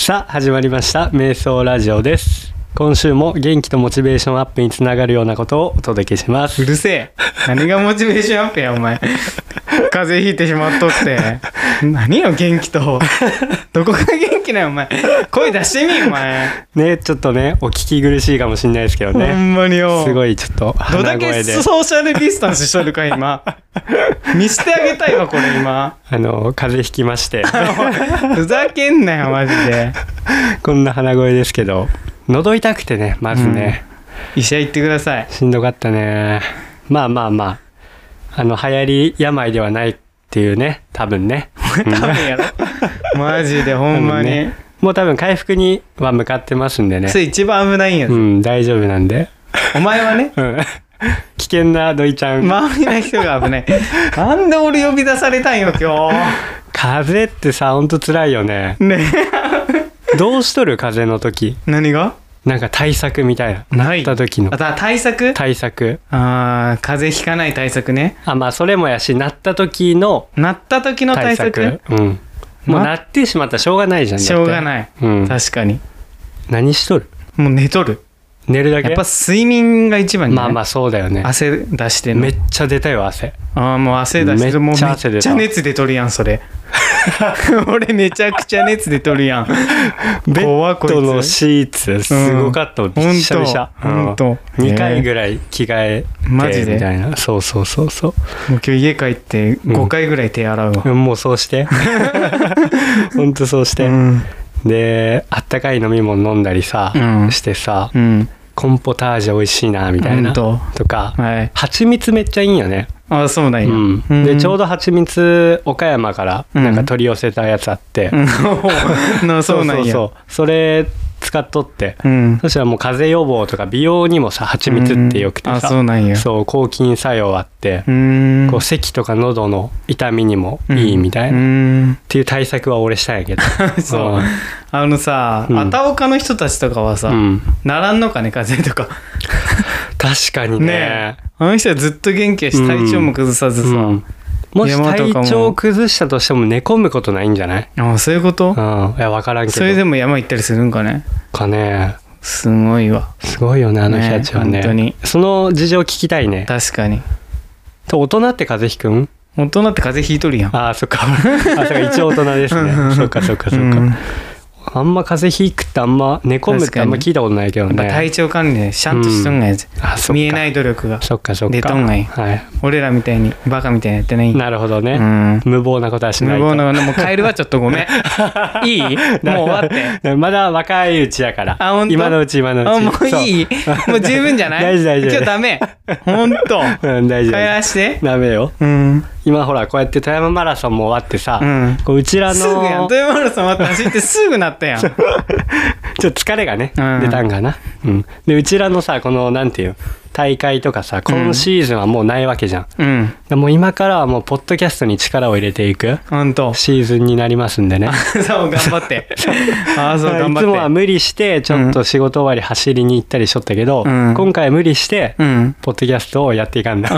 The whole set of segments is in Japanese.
さあ始まりました瞑想ラジオです。今週も元気とモチベーションアップにつながるようなことをお届けします。 うるせえ、何がモチベーションアップやお前風邪ひいてしまっとって何よ元気とどこが元気なよお前、声出してみお前ね、ちょっとねお聞き苦しいかもしれないですけどね、 ほんまによ、 すごいちょっどっと鼻声でどだけソーシャルディスタンスしとるか今見してあげたいわこれ今風邪ひきましてふざけんなよマジでこんな鼻声ですけど、喉痛くてね、まずね、 医者行ってください。 しんどかったね。まあ流行り病ではないっていうね、多分ね多分やろマジでほんまに、ね、 もう多分回復には向かってますんでね。 それ一番危ないんやつ、 大丈夫なんで。 お前はね、 危険な土井ちゃん、 周りの人が危ない。なんで俺呼び出されたんよ今日。 風邪ってさ、ほんと辛いよね。どうしとる風邪の時。 何がなんか対策みたいな、なった時の対策風邪ひかない対策ね。 まあそれもやし、なった時の対策、 もうなってしまったらしょうがないじゃん。 しょうがない、確かに。 何しとる？ もう寝とる。 寝るだけ。 やっぱ睡眠が一番じゃない？ まあそうだよね。 汗出してめっちゃ出たよ汗。 もう汗出してる。 めっちゃ汗出た。 めっちゃ熱出とるやんそれ俺めちゃくちゃ熱出とるやん。 ベッドのシーツすごかった。びっしゃびしゃ。2回ぐらい着替えてマジでみたいな。そう。もう今日家帰って5回ぐらい手洗うわ。 もうそうしてほんとそうして、であったかい飲み物飲んだりさ、してさ、コーンポタージュ美味しいなみたいなとか、蜂蜜めっちゃいいんよね。 そうなんや、 でちょうど蜂蜜岡山からなんか取り寄せたやつあって、 そうなんや。 それ使っとって、そしたらもう風邪予防とか美容にもさ、蜂蜜ってよくてさ、 そうなんや。 そう抗菌作用あって、こう咳とか喉の痛みにもいいみたいな、っていう対策は俺したんやけどそうさ、あたおかの人たちとかはさ、ならんのかね風邪とか確かに ね、 あの人はずっと元気やし体調も崩さずさ、 もし体調崩したとしても寝込むことないんじゃない？ そういうこと？ いや分からんけど、それでも山行ったりするんかね。すごいわ。 すごいよねあの人たちはね。本当にその事情聞きたいね。 確かに。 大人って風邪ひくん？ 大人って風邪ひいとるやん。 そっか一応大人ですねそっかあんま風邪ひくってあんま寝込むってあんま聞いたことないけどね。 体調管理でシャンとしとんがやつ、見えない努力が出とんがい、俺らみたいにバカみたいにやってない。 なるほどね、無謀なことはしないと。 もう帰るわちょっとごめんいい？もう終わってまだ若いうちやから。今のうちもういい？もう十分じゃない？ 大丈夫。 今日ダメほんと大丈夫。 帰らしてダメよ。今ほらこうやって富山マラソンも終わってさ、うちらのすぐやん、富山マラソン終わって走ってすぐなったやんちょっと疲れがね、出たんかな。でうちらのさ、このなんていう大会とかさ、今シーズンはもうないわけじゃん、もう今からはもうポッドキャストに力を入れていくシーズンになりますんでねそう頑張ってそう頑張って。 いつもは無理してちょっと仕事終わり走りに行ったりしとったけど、今回は無理して、ポッドキャストをやっていかんだ。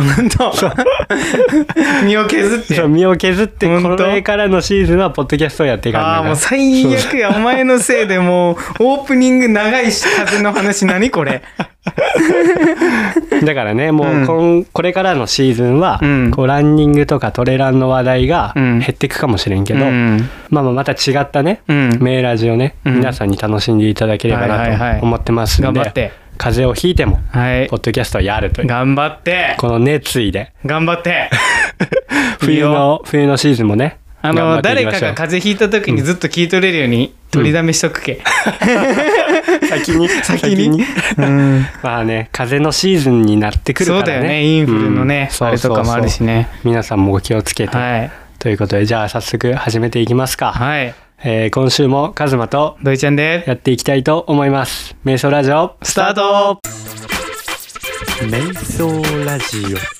身を削ってこれからのシーズンはポッドキャストをやっていかんだ。 もう最悪や。お前のせいでもうオープニング長いし、風の話何これだからね、もうこれからのシーズンは、こうランニングとかトレランの話題が減っていくかもしれんけど、また違ったね、メーラジをね、皆さんに楽しんでいただければなと思ってますんで、風邪をひいても、ポッドキャストをやるという、 頑張ってこの熱意で頑張って冬のシーズンもね、 誰かが風邪ひいた時にずっと聞いとれるように取りだめしとくけ、 先にまあね、風邪のシーズンになってくるからね。 そうだよね、インフルのね、あれとかもあるしね。 皆さんもお気をつけて、ということで、じゃあ早速始めていきますか。今週もカズマとドイちゃんでやっていきたいと思います。瞑想ラジオスタート。瞑想ラジオ。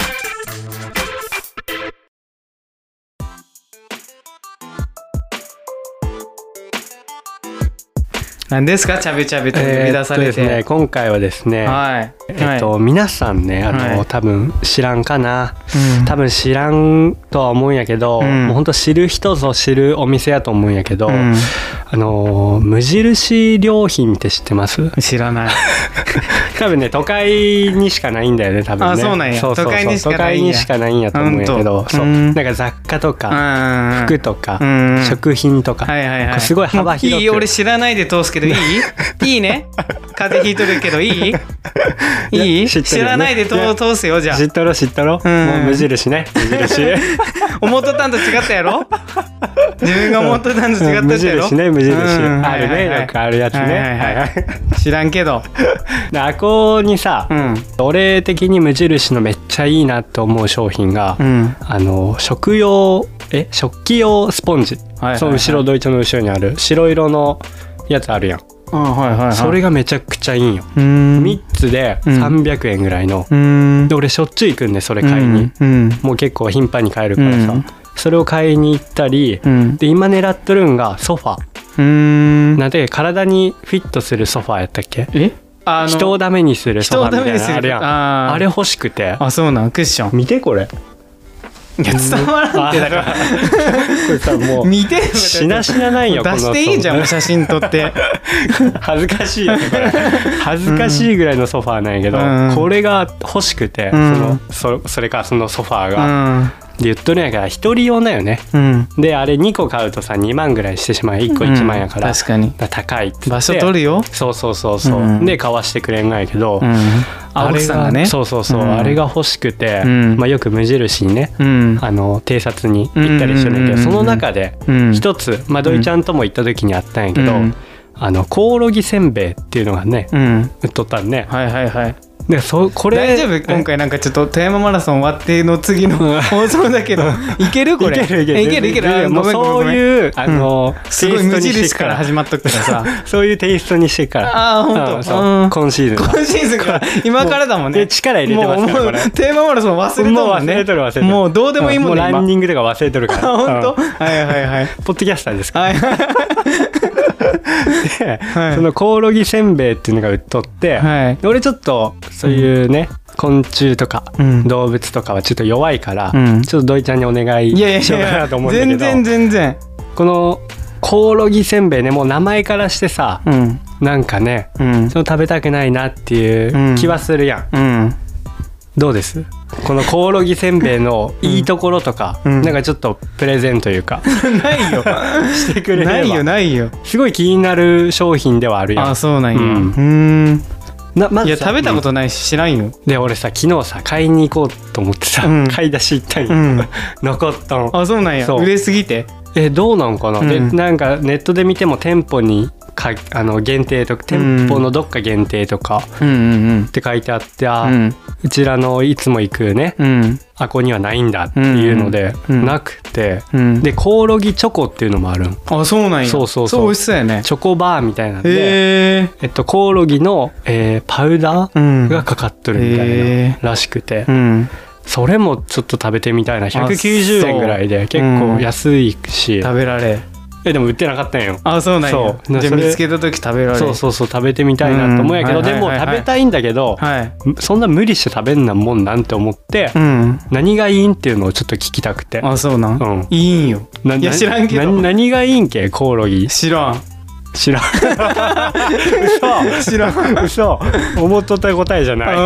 何ですか、チャベチャベと呼び出されて。 ですね、今回はですね、 はい、 皆さんね、多分知らんかな、多分知らんとは思うんやけど、もうほんと知る人ぞ知るお店やと思うんやけど、無印良品って知ってます？ 知らない。 多分ね、都会にしかないんだよね、多分ね。 あ、そうなんや。都会にしかないんやと思うんやけど、そう、なんか雑貨とか服とか食品とか、すごい幅広く。 いい？俺知らないで通すけどいい？いいね。風邪ひいとるけどいい？知らないで通すよ、じゃあ。 知っとろ。もう無印ね、無印。 思っとったんと違ったやろ？自分が思っとったんと違ったやろ？ 無印。あるね、よくあるやつね。 知らんけど。 あこにさ、俺的に無印のめっちゃいいなと思う商品が、食器用スポンジ。そう、後ろ、ドイツの後ろにある白色のやつあるやん。それがめちゃくちゃいいんよ。3つで300円ぐらいの。で、俺しょっちゅう行くんで、それ買いに。もう結構頻繁に買えるからさ。それを買いに行ったり、で、今狙っとるんがソファ。なんで、体にフィットするソファやったっけ？人をダメにするソファみたいなのあるやん。あれ欲しくて。 あ、そうなん、クッション。 見てこれ。 いや、伝わらんってだから。これさ、もう見てしなしなないよ。 出していいじゃん、もう写真撮って。 恥ずかしいよね、これ。恥ずかしいぐらいのソファーなんやけど、これが欲しくて、それからそのソファーが。で言っとるんやから一人用だよね。であれ2個買うとさ2万ぐらいしてしまう。1個1万やから。 確かに。 高いっつって。 場所取るよ。 そうで買わしてくれんがやけど、 奥さんがね。 そうあれが欲しくて、よく無印にね、偵察に行ったりしてるんだけど、その中で一つ、土井ちゃんとも行った時にあったんやけど、コオロギせんべいっていうのがね、売っとったんね。でこれ大丈夫？今回なんかちょっと富山マラソン終わっての次の放送だけどいける？これいける。 もうそういうすごい無印から始まっとくからさ、 そういうテイストにしてから。 ああ、ほんと。 今シーズンから今からだもんね。 力入れてますからこれ。 富山マラソン忘れとるもんね。もうどうでもいいもんね。 もうランニングとか忘れとるから。 ほんと？はい。 ポッドキャスターですから。でそのコオロギせんべいっていうのが売っとって、俺ちょっとそういうね、昆虫とか動物とかはちょっと弱いから、ちょっと土井ちゃんにお願いしようかなと思うんだけど、 全然このコオロギせんべいね、もう名前からしてさ、なんかね、その食べたくないなっていう気はするやん。どうです？このコオロギせんべいのいいところとか、なんかちょっとプレゼンというかないよしてくれれば。 ないよ。 すごい気になる商品ではあるやん。 あ、そうなんや。いや、食べたことないし知らんよ。 で俺さ、昨日さ買いに行こうと思ってさ、買い出し行ったんよ。残ったの。 あ、そうなんや。売れすぎて。 どうなんかな。でなんかネットで見ても店舗に限定とか、店舗のどっか限定とかって書いてあって、うちらのいつも行くね、あこにはないんだっていうのでなくて、でコオロギチョコっていうのもあるん。 あ、そうなんや。そう美味しそうやね。 チョコバーみたいなんで、コオロギのパウダーがかかっとるみたいならしくて、それもちょっと食べてみたいな。190円ぐらいで結構安いし、 食べられ。 でも売ってなかったんよ。 あ、そうなんや。じゃあ見つけた時食べられる。 そう食べてみたいなと思うんやけど、でも食べたいんだけど、そんな無理して食べんなもんなんて思って、何がいいんっていうのをちょっと聞きたくて。 あ、そうなん。いいんよ。いや、知らんけど。 何がいいんけ、コオロギ。 知らん。 嘘思っとった答えじゃない。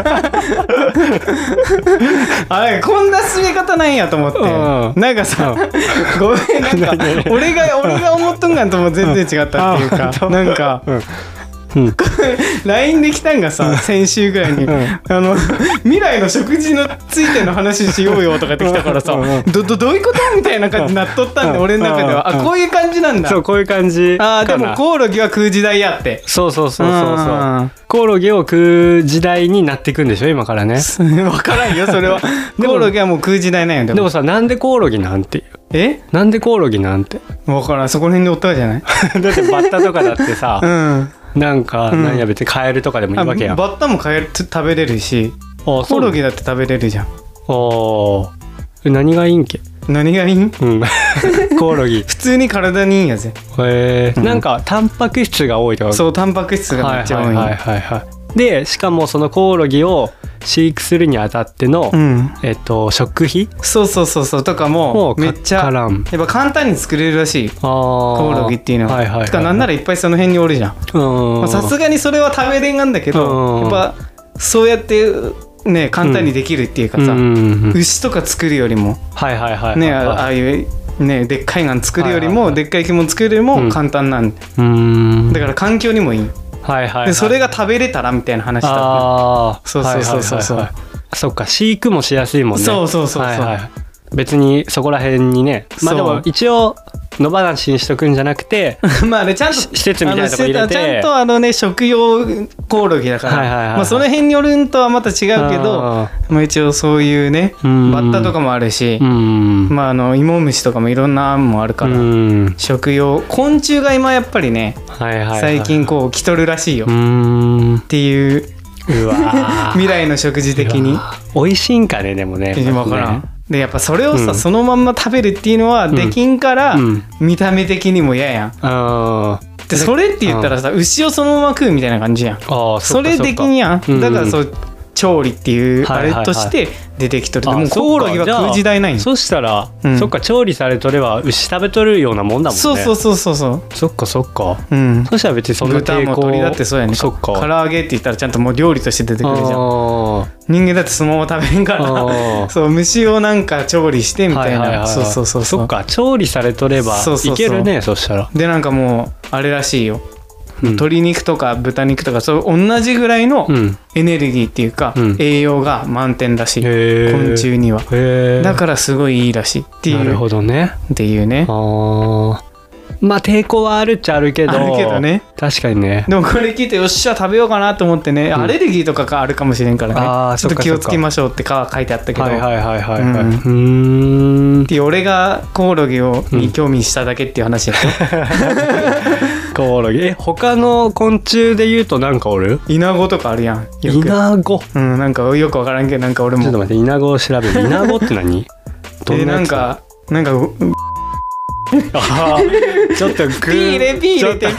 あれ、こんな進め方ないんやと思って、なんかさ、ごめん、なんか俺が思っとんがんとも全然違ったっていうか、なんかLINE で来たんがさ、先週ぐらいに未来の食事のついての話しようよとかって来たからさ、どういうことみたいな感じになっとったんで、俺の中では。あ、こういう感じなんだ。 そう、こういう感じ。 あ、でもコオロギは食う時代やって。 そうコオロギを食う時代になっていくんでしょ、今からね。 分からんよ、それは。コオロギはもう食う時代なんや。 でもさ、なんでコオロギなんていう。なんでコオロギなんて分からん。そこら辺でおったじゃない。 だってバッタとかだってさ、なんか何や別にカエルとかでもいいわけやん。 バッタもカエル食べれるし、コオロギだって食べれるじゃん。 何がいいんけ。 何がいいん？ コオロギ普通に体にいいんやぜ。 なんかタンパク質が多いとか。 そう、タンパク質がめっちゃ多い。 でしかもそのコオロギを飼育するにあたっての、食費そうとかもめっちゃやっぱ簡単に作れるらしい、コオロギっていうのは。てかなんならいっぱいその辺におるじゃん。さすがにそれは食べれんがんだけど、やっぱそうやってね簡単にできるっていうかさ、牛とか作るよりもね、ああいうねでっかいがん作るよりも、でっかい生き物作るよりも簡単なんで、だから環境にもいい。でそれが食べれたらみたいな話だった。そうそっか、飼育もしやすいもんね。別にそこら辺にね、まあでも一応野放しにしとくんじゃなくてまあね、ちゃんと施設みたいなとこ入れて、 ちゃんとね食用コオロギだから、まあその辺によるんとはまた違うけど、まあ一応そういうねバッタとかもあるし、まあ芋虫とかもいろんな案もあるから、食用昆虫が今やっぱりね最近こう来とるらしいよっていう。未来の食事的に美味しいんかね。でもね分からん。でやっぱそれをさ、そのまんま食べるっていうのはできんから、見た目的にも嫌やん。でそれって言ったらさ、牛をそのまま食うみたいな感じやん。それできんやん。だからそう調理っていうあれとして出てきとる。でもコオロギは食う時代ないん。 そしたら、そっか、調理されとれば牛食べとるようなもんだもんね。 そうそっかそしたら別にそんな豚も鳥だってそうやね。唐揚げって言ったらちゃんともう料理として出てくるじゃん。人間だってそのまま食べんからそう、虫をなんか調理してみたいな。 そっか、調理されとればいけるね。そしたらでなんかもうあれらしいよ、鶏肉とか豚肉とかそう同じぐらいのエネルギーっていうか、栄養が満点らしい、昆虫には。だからすごいいいらしいっていう。 なるほどね。 っていうね。 まあ抵抗はあるっちゃあるけどね。 確かにね。 でもこれ聞いてよっしゃ食べようかなと思ってね、アレルギーとかがあるかもしれんからね、ちょっと気をつけましょうって書いてあったけど、って俺がコオロギに興味しただけっていう話やったコオロギ。他の昆虫で言うとなんかおる？ イナゴとかあるやん。 イナゴ。 なんかよくわからんけど、なんか俺もちょっと待って、イナゴを調べる。イナゴって何？ どんなやつ？なんかちょっとピー入れて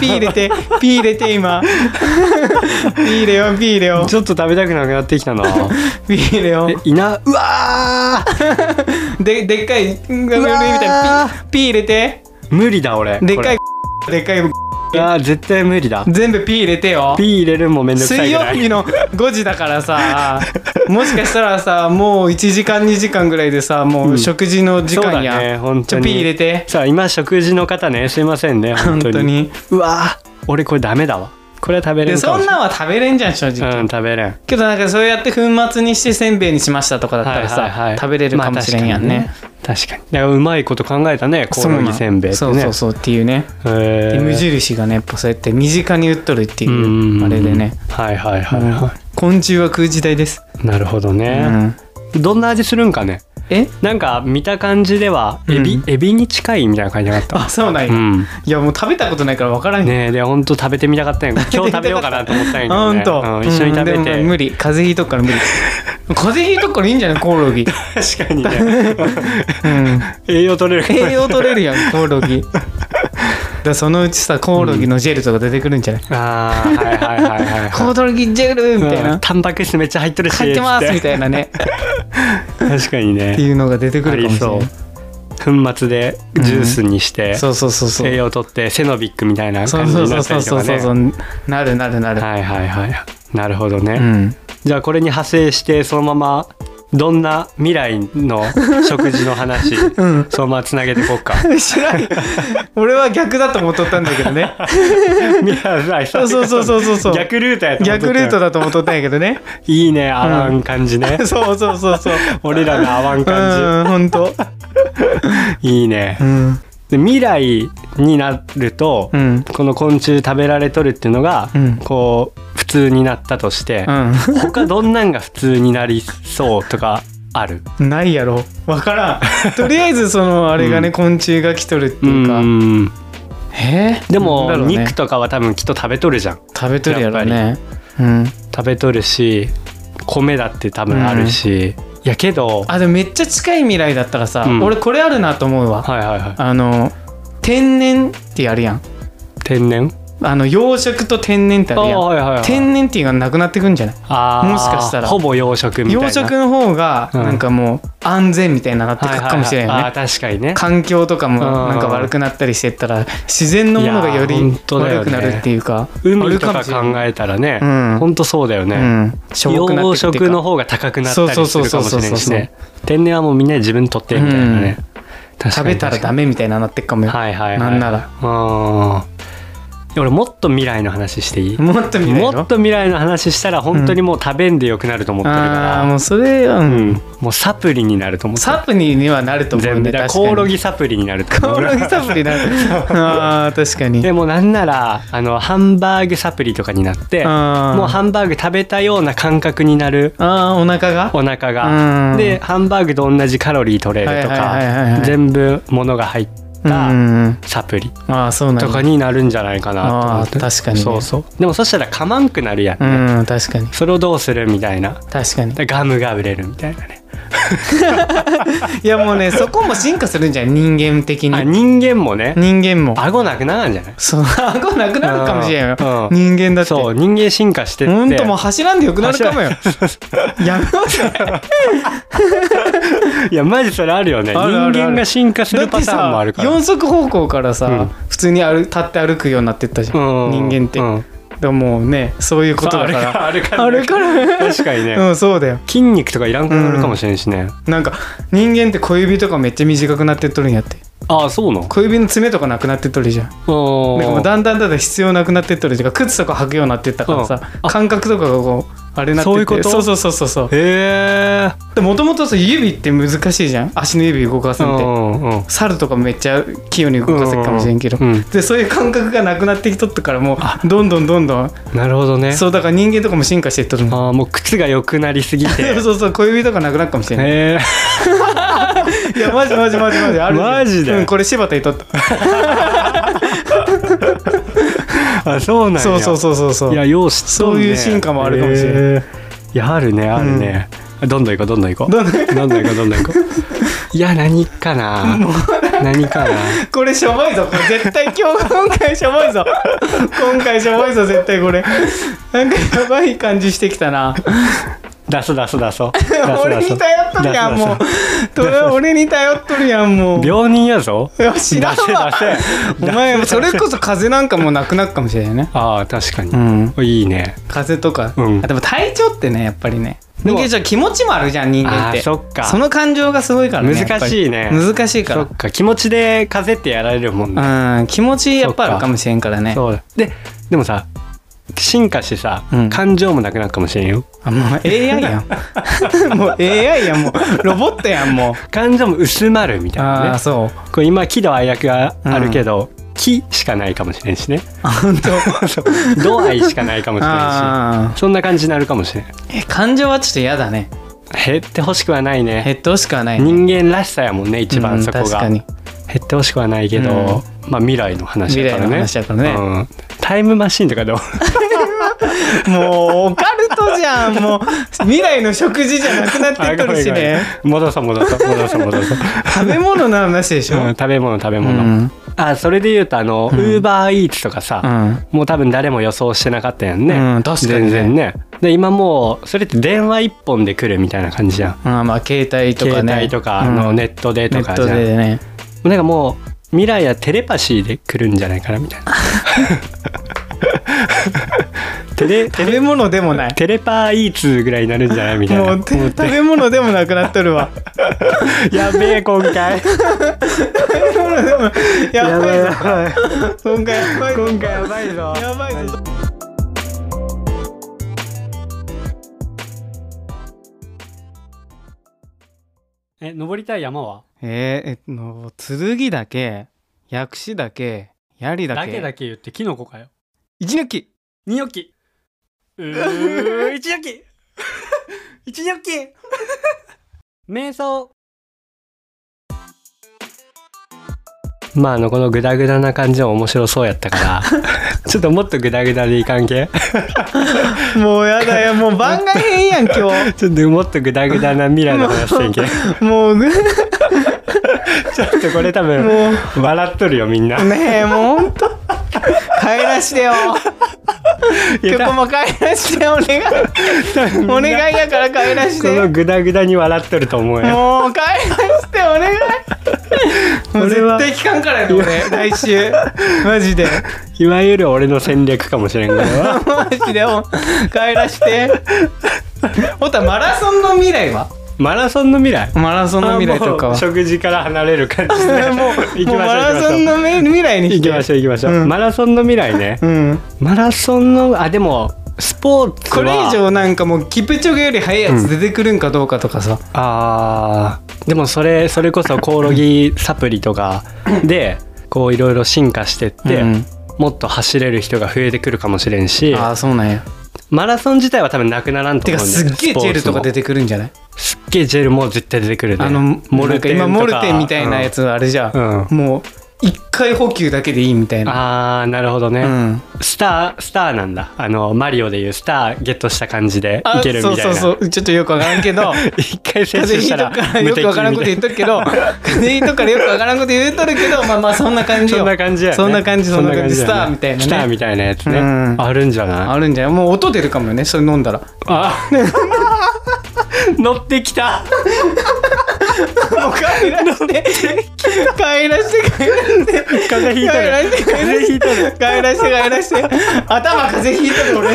今ピー入れよちょっと食べたくなくなってきたな。 ピー入れようわーでっかいみたいなピー入れて。 無理だ俺。 でっかい絶対無理だ。 全部ピー入れてよ。 ピー入れるもめんどくさいぐらい。 水曜日の5時だからさもしかしたらさもう1時間2時間ぐらいでさもう食事の時間や、 そうだね、本当に。 ピー入れてさあ今食事の方ね、すいませんね本当に。うわ俺これダメだわ。これは食べれんかもしれない。 そんなんは食べれんじゃん正直。 食べれんけどなんかそうやって粉末にしてせんべいにしましたとかだったらさ、食べれるかもしれんやんね。 確かに。だからうまいこと考えたね、コオロギせんべいってね。 そうっていうね。無印がねやっぱそうやって身近に売っとるっていうあれでね。昆虫は食う時代です。 なるほどね。どんな味するんかね。なんか見た感じではエビに近いみたいな感じだった。 あ、そうなんや。いやもう食べたことないから分からんね。で本当食べてみたかったんや。今日食べようかなと思ったんやけどね。 本当。 一緒に食べて。 無理。風邪ひいとくから無理。風邪ひいとくからいいんじゃないコオロギ。 確かにね。栄養取れるやんコオロギ。だそのうちさコオロギのジェルとか出てくるんじゃない？コオロギジェルみたいな。 タンパク質めっちゃ入ってるし。 入ってますみたいなね。 確かにね。 っていうのが出てくるかもしれない。 粉末でジュースにして、栄養取ってセノビックみたいな感じになったりとかね。 なる。 なるほどね。じゃあこれに派生してそのままどんな未来の食事の話、そのままつなげていこうか。 知らん。俺は逆だと思っとったんだけどね。そう逆ルートやと思っとった。 逆ルートだと思っとったんやけどね。 いいね、合わん感じね。 そう俺らが合わん感じ。本当。 いいね。で未来になると、この昆虫食べられとるっていうのが、こう普通になったとして、他どんなんが普通になりそうとかある？ ないやろ、分からん。とりあえずそのあれがね、昆虫が来とるっていうか。 でも肉とかは多分きっと食べとるじゃん。 食べとるやろね。 食べとるし米だって多分あるし、 いやけどでもめっちゃ近い未来だったらさ、俺これあるなと思うわ。天然ってあるやん。 天然養殖と天然ってあるやん。天然っていうのがなくなってくんじゃない？もしかしたらほぼ養殖みたいな。 養殖の方がなんかもう安全みたいになってくるかもしれないよね。 確かにね。 環境とかもなんか悪くなったりしてったら自然のものがより悪くなるっていうか、 海とか考えたらね、本当そうだよね。養殖の方が高くなったりするかもしれないしね。天然はもうみんなで自分取ってみたいなね。 食べたらダメみたいななってっかもよ。なんなら。 俺もっと未来の話していい？ もっと未来の話したら本当にもう食べんでよくなると思ってるから、 もうそれもうサプリになると思ってる。 サプリにはなると思うんだ。 コオロギサプリになると思う。 コオロギサプリになる確かに。 でもなんならハンバーグサプリとかになって、もうハンバーグ食べたような感覚になる。 お腹がでハンバーグと同じカロリー取れるとか、全部物が入ってサプリとかになるんじゃないかなと思って。 確かに、 そうそう。でもそしたらかまんくなるやんね。 確かに。 それをどうするみたいな。 確かに。 ガムが売れるみたいなね。 いやもうね、そこも進化するんじゃない？人間的に。 人間もね。顎なくなるんじゃない？ そう、顎なくなるかもしれんよ。人間だって。 そう、人間進化してって。 ほんともう走らんでよくなるかもよ。やめよう。いやマジそれあるよね。人間が進化するパターンもあるから。 四足歩行からさ、普通に立って歩くようになってったじゃん。人間って。でももうね、そういうことだからあるから確かにね。 そうだよ。 筋肉とかいらんくなるかもしれんしね。 なんか人間って小指とかめっちゃ短くなってっとるんやって。 そうなの？ 小指の爪とかなくなってっとるじゃん。なんかもうだんだん必要なくなってっとるじゃん。靴とか履くようになってったからさ、感覚とかがこうあれなってて。そういうこと？そう。へえ。もともと指って難しいじゃん。足の指動かすんって。猿とかめっちゃ器用に動かせるかもしれんけど、でそういう感覚がなくなってきとったから、もうどんどんなるほどね。 そうだから人間とかも進化していっとるの。 もう靴が良くなりすぎてそう小指とかなくなるかもしれない。へえ。いやマジある。 マジで？ これ柴田にとった。 そうなんや。 そう。 いやよう知っとんね。 そういう進化もあるかもしれない。 いやあるね。どんどん行こう。いや何かな。 これしょぼいぞ。これ絶対今回しょぼいぞ。絶対これ。なんかやばい感じしてきたな。 出そう俺に頼っとるやんもう。俺に頼っとるやんもう。 病人やぞ。 知らんわ。お前それこそ風邪なんかもなくなるかもしれないね。 確かに。いいね。 風邪とか。でも体調ってねやっぱりね。人間じゃ気持ちもあるじゃん人間って。 そっか。 その感情がすごいからね。 難しいね。 難しいから。 そっか。気持ちで風邪ってやられるもんね。 気持ちやっぱあるかもしれんからね。 そうでもさ。進化してさ、感情もなくなるかもしれんよ。 もう AI やん。もう AI やん。もうロボットやん。もう感情も薄まるみたいなね。 そう。 これ今喜怒哀楽があるけど、喜しかないかもしれんしね。 本当。 度合いしかないかもしれんし、そんな感じになるかもしれん。 感情はちょっと嫌だね。 減ってほしくはないね。 減ってほしくはない。 人間らしさやもんね一番そこが。確かに。減ってほしくはないけど、未来の話だからね。タイムマシンとかでももうオカルトじゃん。もう未来の食事じゃなくなってくるしね。 戻そう。 食べ物の話でしょ。 食べ物。それで言うとUber Eats とかさ、もう多分誰も予想してなかったやんね。 確かに全然ね。で今もうそれって電話一本で来るみたいな感じじゃん。 携帯とかね。 携帯とかネットでとかじゃん。 ネットでね。 なんかもう未来はテレパシーで来るんじゃないかなみたいな。 食べ物でもない。 テレパーイーツぐらいになるんじゃないみたいな。 もう食べ物でもなくなっとるわ。 やべえ今回。 食べ物でもやばいぞ。今回やばいぞ。やばいぞ。 登りたい山は？ 剣岳、薬師岳、槍岳。 だけ言ってキノコかよ。 一ニョッキ。 二ニョッキ。一ニョッキ。一ニョッキ。瞑想。このグダグダな感じも面白そうやったからちょっともっとグダグダでいかんけもうやだよ、もう番外編やん今日。 ちょっともっとグダグダな未来の話してんけもうちょっとこれ多分もう笑っとるよみんな。 ねえもうほんと帰らしてよ曲も帰らしてお願いお願いやから帰らして。 このグダグダに笑っとると思うよ。 もう帰らしてお願いもう絶対聞かんからよ俺来週マジで。 いわゆる俺の戦略かもしれんけどマジでもう帰らしてほたマラソンの未来はマラソンの未来とかは食事から離れる感じでもうマラソンの未来に行きましょう、マラソンの未来ね、マラソンのでもスポーツはこれ以上なんかもうキプチョゲより速いやつ出てくるんかどうかとかさ、 でもそれこそコオロギサプリとかでこういろいろ進化してって、もっと走れる人が増えてくるかもしれんし。 そうなんや。 マラソン自体は多分なくならんと思うんだよ。 てかすっげえジェルとか出てくるんじゃない？ すっげえジェルも絶対出てくるね。 モルテンとか今モルテンみたいなやつあるじゃん、もう1回補給だけでいいみたいな。 なるほどね、スターなんだ。マリオでいうスターゲットした感じでいけるみたいな。 そうちょっとよくわからんけど一回接種したら風邪ひいとからよくわからんこと言っとるけど風邪ひいとからよくわからんこと言っとるけどまあそんな感じよ。 そんな感じやね。 そんな感じスターみたいなね。 スターみたいなやつね、あるんじゃないもう音出るかもよねそれ飲んだら。 乗ってきたもう帰らして風邪ひいとる帰らして頭風邪ひいとる俺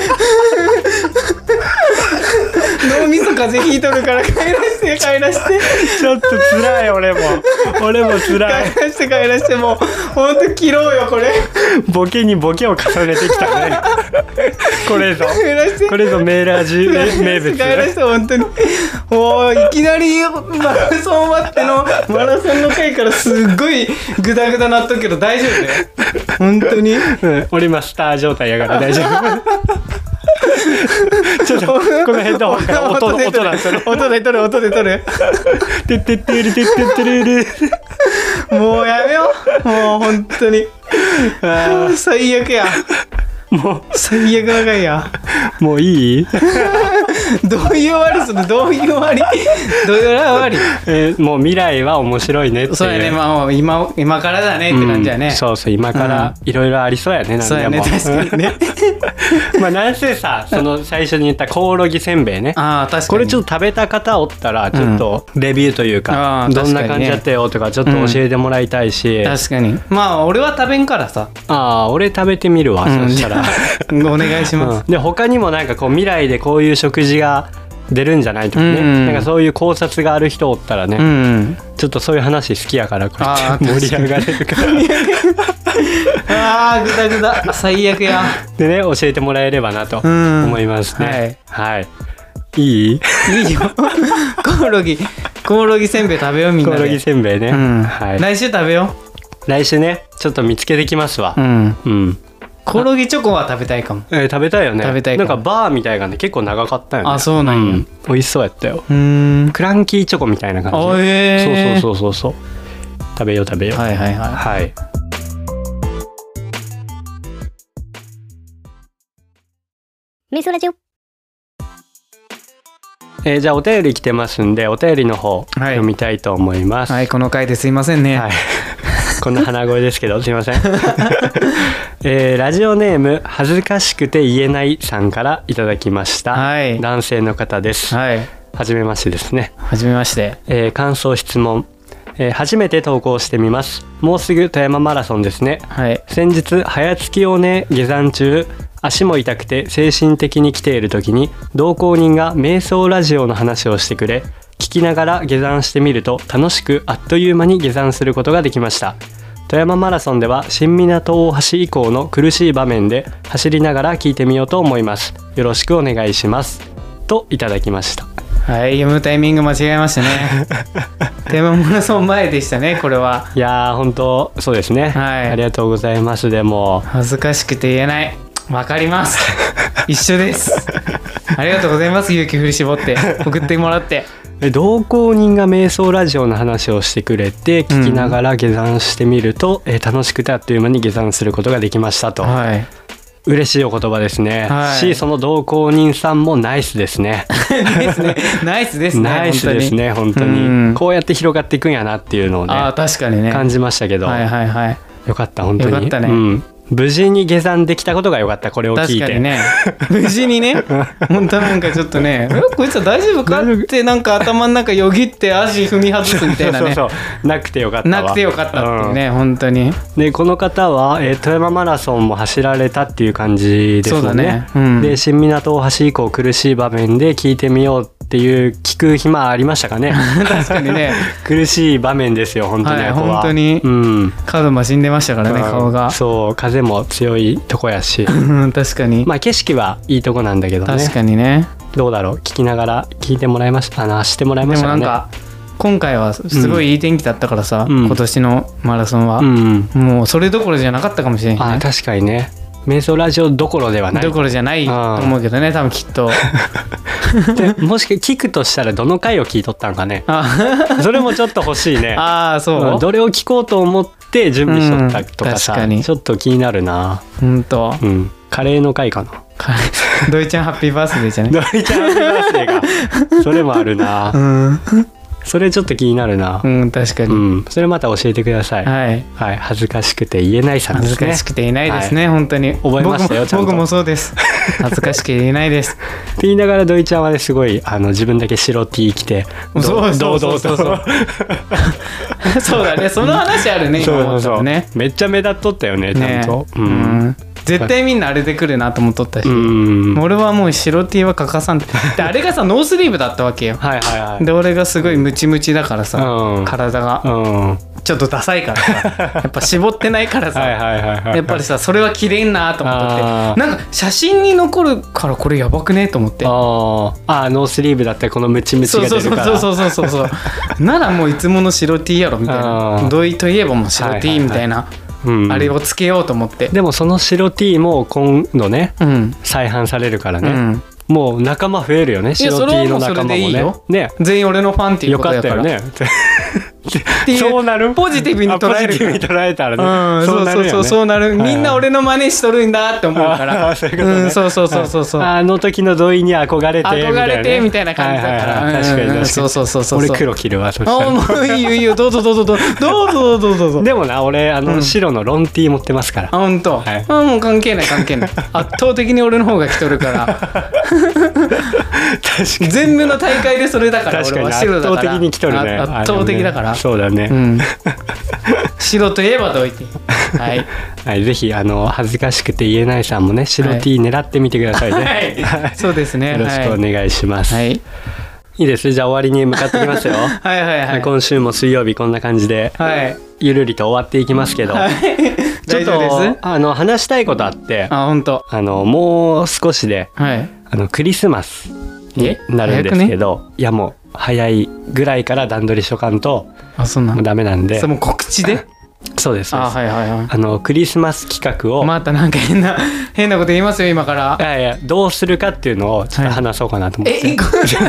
脳みそ風邪ひいとるから帰らしてちょっと辛い俺も辛い。 帰らしてもうほんと切ろうよこれ。 ボケにボケを重ねてきたねこれぞメーラージ名物。 帰らして本当にもういきなりマラソン終わってのマラソンの回からすっごいグダグダなっとるけど大丈夫ね本当に、 俺今スター状態やから大丈夫ちょっとこのヘッドホンから音で撮るてってってるてってってるもうやめようもう本当に最悪や。もう最悪な回や。 もういいどういう終わりするどういう終わりもう未来は面白いねっていう。 そうやね、まあ今からだねって感じやね、 そう今からいろいろありそうやね、 そうやね確かにねまあなんせさその最初に言ったコオロギせんべいね、 確かにこれちょっと食べた方おったらちょっとレビューというか、どんな感じだったよとかちょっと教えてもらいたいし、 確かにまあ俺は食べんからさ。 俺食べてみるわ、そしたらお願いします、 で他にもなんかこう未来でこういう食事が出るんじゃないとかね、なんかそういう考察がある人おったらね、ちょっとそういう話好きやからこうやって盛り上がれるからグダグダ最悪やでね教えてもらえればなと思いますね。はいいいよコオロギせんべい食べようみんなで。 コオロギせんべいね、 来週食べよう。来週ねちょっと見つけてきますわ。 コオロギチョコは食べたいかも。 食べたいよね。なんかバーみたいなね結構長かったよね。 そうなんや、 美味しそうやったよ。クランキーチョコみたいな感じ。そう食べようはいメソラジオ。 じゃあお便り来てますんでお便りの方読みたいと思います。 この回ですいませんね、 こんな鼻声ですけどすいませんラジオネーム恥ずかしくて言えないさんからいただきました、男性の方です。はじめましてですね。 はじめまして。 感想質問、初めて投稿してみます。もうすぐ富山マラソンですね、先日早月をね下山中足も痛くて精神的に来ている時に同行人が瞑想ラジオの話をしてくれ、聞きながら下山してみると楽しくあっという間に下山することができました。富山マラソンでは新港大橋以降の苦しい場面で走りながら聞いてみようと思います。よろしくお願いしますといただきました。 読むタイミング間違えましたね富山マラソン前でしたねこれは。 いやー本当そうですね、ありがとうございます。でも恥ずかしくて言えない。わかります一緒ですありがとうございます。勇気振り絞って送ってもらって同行人が瞑想ラジオの話をしてくれて聞きながら下山してみると、楽しくてあっという間に下山することができましたと、はい、嬉しいお言葉ですね、はい、しその同行人さんもナイスですねナイスですねナイスですね本当に、こうやって広がっていくんやなっていうのをね、 確かにね感じましたけど、はいはいはい、よかった本当に、よかったね、無事に下山できたことが良かった。これを聞いて確かにね無事にね本当なんかちょっとねこいつは大丈夫かってなんか頭の中よぎって足踏み外すみたいなねそうなくてよかったわ。 なくてよかったっていうね、本当に。 でこの方は、富山マラソンも走られたっていう感じですよね。そうだね、で新湊大橋以降苦しい場面で聞いてみようっていう聞く暇ありましたかね確かにね苦しい場面ですよ本当に、 本当に、カドマ死んでましたからね、顔が。 そう風も強いとこやし確かに。 まあ景色はいいとこなんだけどね。 確かにね。 どうだろう、聞きながら聞いてもらいました、走ってもらいましたかね。 でもなんか今回はすごいいい天気だったからさ、今年のマラソンは、もうそれどころじゃなかったかもしれない、ね。 確かにね。瞑想ラジオどころではない。 どころじゃないと思うけどね、多分きっとでもし聞くとしたらどの回を聞いとったんかねそれもちょっと欲しいね。 そう、 どれを聞こうと思って準備しとったとかさ、ちょっと気になるな。 本当。 カレーの回かな。 ドイちゃんハッピーバースデーじゃね。 ドイちゃんハッピーバースデーかそれもあるな。それちょっと気になるな。 確かに、 それまた教えてください。はい、恥ずかしくて言えないさんですね。 恥ずかしくて言えないですね、本当に。 覚えましたよ、ちゃんと。 僕もそうです。恥ずかしくて言えないですって言いながらドイちゃんはね、すごい自分だけ白 T 着て堂々とそうだね、その話あるね、今思ったらね。 めっちゃ目立っとったよね、ちゃんと。 絶対みんなあれで来るなと思っとったし、俺はもう白 T は欠かさんって。であれがさノースリーブだったわけよ。で俺がすごいムチムチだからさ、体がちょっとダサいからさやっぱ絞ってないからさやっぱりさそれは着れんなと思ってなんか写真に残るからこれやばくねと思って。 ノースリーブだったらこのムチムチが出るからそうならもういつもの白 T やろみたいな。土井といえばもう白 T みたいなあれをつけようと思って。 でもその白 T も今度ね、再販されるからね、もう仲間増えるよね、白 T の仲間もね。 全員俺のファンっていうことやから。よかったよねそうなる。ポジティブに捉える。 ポジティブに捉えたらね。 そうなる。みんな俺の真似しとるんだって思うから。そうあの時の土井に憧れてみたいな感じだから。 確かに。 そう。 俺黒着るわ。そしたら。 もういいよどうぞ。 でもな俺白のロン T 持ってますから。 本当。もう関係ない。圧倒的に俺の方が着とるから。確かに。全部の大会でそれだから俺は白だから。 圧倒的に着とるね。 圧倒的だから。 そうだね。 白といえばどいて。 はい、ぜひ恥ずかしくて言えないさんもね白 T 狙ってみてくださいね。 そうですね。 よろしくお願いします。いいです。じゃあ終わりに向かってきますよ。今週も水曜日こんな感じでゆるりと終わっていきますけど、ちょっと話したいことあって、 本当。 もう少しでクリスマスになるんですけど、いやもう早いぐらいから段取りしとかんとダメなんで。 それも告知で。 そうです。クリスマス企画をまたなんか変なこと言いますよ今から。 いやどうするかっていうのをちょっと話そうかなと思って。 今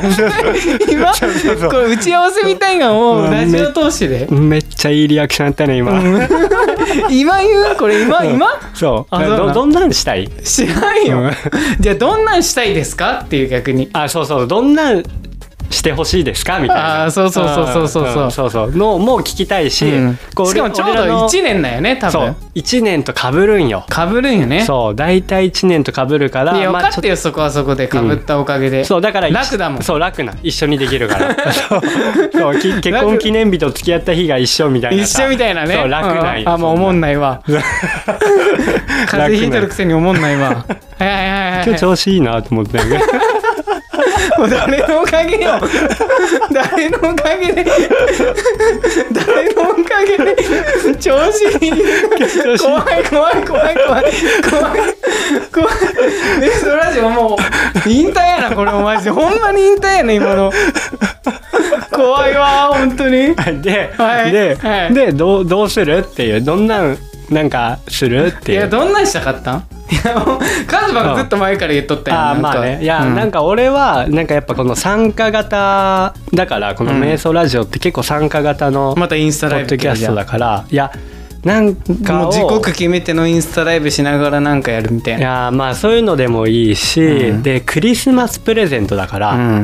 これ打ち合わせみたいなのをラジオ通しで。 めっちゃいいリアクションやったね今。 今言うこれ今そう。どんなんしたい？ 知らんよ。じゃあどんなんしたいですかっていう逆に。 そうどんなんしてほしいですかみたいな。 そうのも聞きたいし、しかもちょうど1年だよね多分。そう 1年と被るんよね。そう大体1年と被るから。 いや分かってよそこはそこで被ったおかげで。 そうだから楽だもん。 そう楽な一緒にできるからそう結婚記念日と付き合った日が一緒みたいな。 一緒みたいなね。 そう楽ないもう思んないわ。風邪ひいてるくせに思んないわ。 今日調子いいなと思ってもう誰のおかげよ。誰のおかげで調子いい。怖い。でそのラジオもう引退やなこれもマジでほんまに引退やね今の。怖いわ本当に。 でどうするっていう、どんなんかするっていう。 いやどんなんしたかったん。 やもうカズマがずっと前から言っとったやん。 あまあね、いや、なんか俺はなんかやっぱこの参加型だから、この瞑想ラジオって結構参加型のまたインスタライブポッドキャストだから、いやなんかもう時刻決めてのインスタライブしながらなんかやるみたいな。 いやまあそういうのでもいいし、でクリスマスプレゼントだから、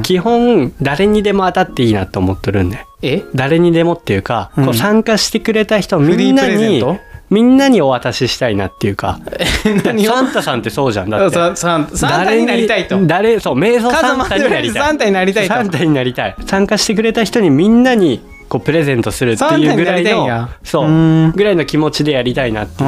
基本誰にでも当たっていいなと思っとるんで。誰にでもっていうか、こう参加してくれた人みんなにお渡ししたいなっていうか。サンタさんってそうじゃん。だってサンタになりたいと。 そう瞑想サンタになりたい。 サンタになりたいと。 サンタになりたい。参加してくれた人にみんなにこうプレゼントするっていうぐらいのぐらいの気持ちでやりたいなっていう。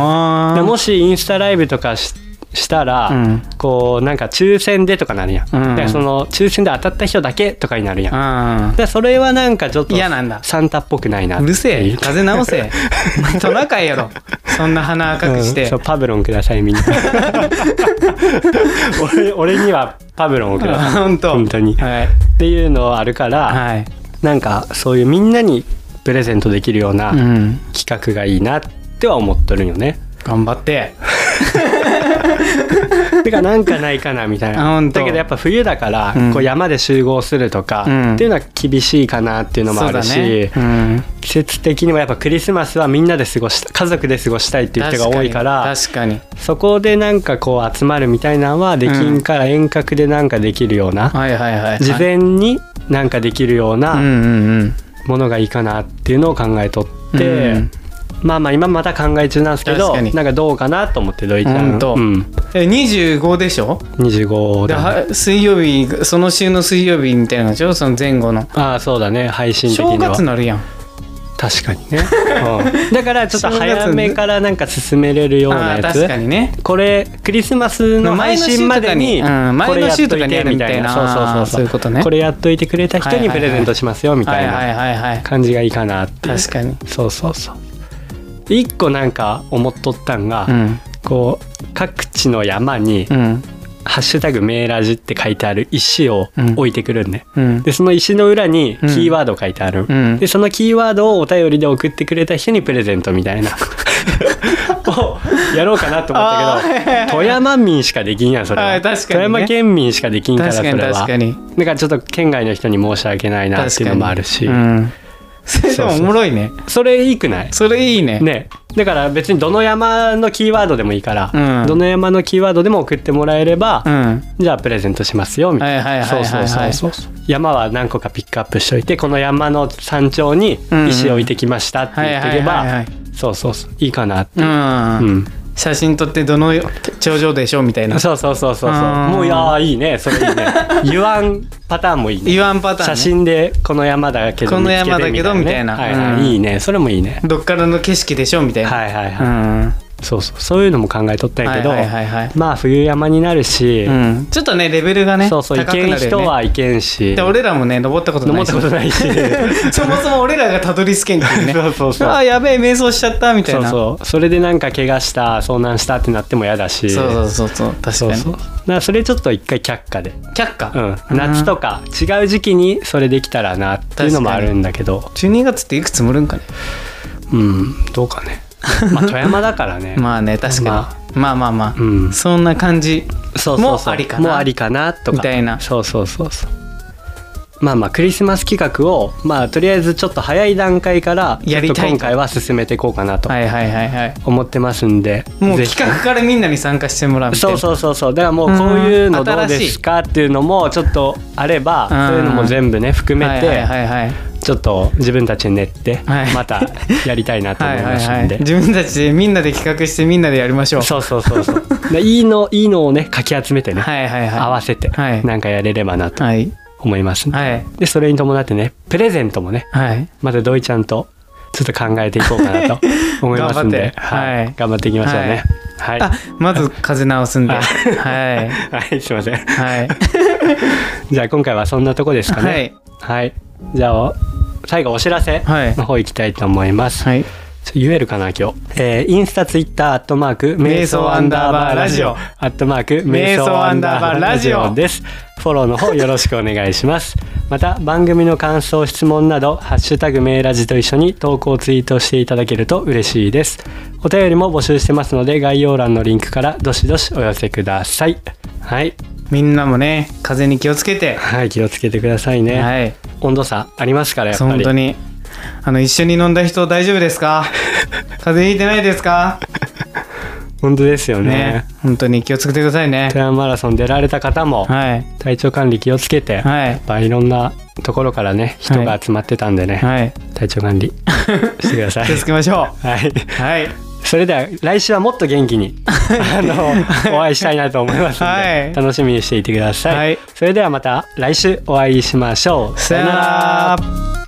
でもしインスタライブとかしたら、こうなんか抽選でとかなるやん。でその抽選で当たった人だけとかになるやん。でそれはなんかちょっとサンタっぽくないな。 うるせえ、風直せ。トナカイやろ。そんな鼻赤くして。 そうパブロンくださいみんな。俺にはパブロンをください。本当に。っていうのあるから。なんかそういうみんなにプレゼントできるような企画がいいなっては思っとるんよね。 頑張って。 てかなんかないかなみたいな。だけどやっぱ冬だから、こう山で集合するとかっていうのは厳しいかなっていうのもあるし、季節的にもやっぱクリスマスはみんなで過ごした家族で過ごしたいっていう人が多いから、 確かにそこでなんかこう集まるみたいなのはできんから、遠隔でなんかできるような、事前になんかできるようなものがいいかなっていうのを考えとって、まあ今また考え中なんですけど、なんかどうかなと思って。ドイちゃん 25でしょ。 25だね。水曜日、その週の水曜日みたいなのでしょ、その前後の。 ああそうだね、配信的には正月なるやん。 確かにね、だからちょっと早めからなんか進めれるようなやつ。 確かにね。 これクリスマスの配信までにこれやっといてみたいな。そういうことね。これやっといてくれた人にプレゼントしますよみたいな感じがいいかなって。 確かに。 そう一個なんか思っとったんが、こう各地の山にハッシュタグメーラジって書いてある石を置いてくるんね、でその石の裏にキーワード書いてある、でそのキーワードをお便りで送ってくれた人にプレゼントみたいなをやろうかなと思ったけど、富山民しかできんやんそれは。富山県民しかできんからそれは。だからちょっと県外の人に申し訳ないなっていうのもあるし。 それでもおもろいね。 それいいくない？ それいいね。 だから別にどの山のキーワードでもいいから、どの山のキーワードでも送ってもらえれば、じゃあプレゼントしますよみたいな。山は何個かピックアップしといて、この山の山頂に石置いてきましたって言っていけば、いいかなって。 写真撮ってどの頂上でしょみたいな。 そうもういいね、それいいね。言わんパターンもいいね。 言わんパターン、 写真でこの山だけどこの山だけどみたいな。 いいね、それもいいね。 どっからの景色でしょみたいな。 そういうのも考えとったんやけど、まあ冬山になるし、 ちょっとねレベルがね行けん人は行けんし、 で俺らもね登ったことないしそもそも俺らがたどり着けんからね。あやべえ瞑想しちゃったみたいな。 それでなんか怪我した遭難したってなっても嫌だし。 確かに。 だからそれちょっと一回却下で。 却下。 夏とか違う時期にそれできたらなっていうのもあるんだけど。 12月っていくつ盛るんかね。 どうかね。富山だからね。 まあね、確かに。まあ、そんな感じもありかな。 もうありかなとか。 みたいな。 そう。まあクリスマス企画をとりあえずちょっと早い段階からちょっと今回は進めていこうかなと思ってますんで、 もう企画からみんなに参加してもらうみたいな。 そうだからもうこういうのどうですかっていうのもちょっとあれば、そういうのも全部ね含めてちょっと自分たちで練ってまたやりたいなと思いますんで、 自分たちでみんなで企画してみんなでやりましょう。 そういいのをねかき集めてね、合わせてなんかやれればなと思いますね。でそれに伴ってねプレゼントもね、またドイちゃんとちょっと考えていこうかなと思いますんで頑張っていきましょうね。 まず風直すんですいません。じゃあ今回はそんなとこですかね。じゃあ最後お知らせの方行きたいと思います。ち言えるかな今日、インスタツイッター瞑想_ラジオ瞑想_ラジオです。フォローの方よろしくお願いします。また番組の感想質問などハッシュタグメイラジと一緒に投稿ツイートしていただけると嬉しいです。お便りも募集してますので概要欄のリンクからどしどしお寄せください。はい、 みんなもね風邪に気をつけて、 はい、気をつけてくださいね、はい、温度差ありますからやっぱり。 本当に一緒に飲んだ人大丈夫ですか？風邪ひいてないですか？ 本当ですよ ね。 本当に気をつけてくださいね。 富山マラソン出られた方も、はい、体調管理気をつけて、はい、やっぱいろんなところからね人が集まってたんでね、はい、体調管理してください。 気をつけましょう。 はい、はい、それでは来週はもっと元気にお会いしたいなと思いますので、はい、楽しみにしていてください、はい、それではまた来週お会いしましょう。 さよなら。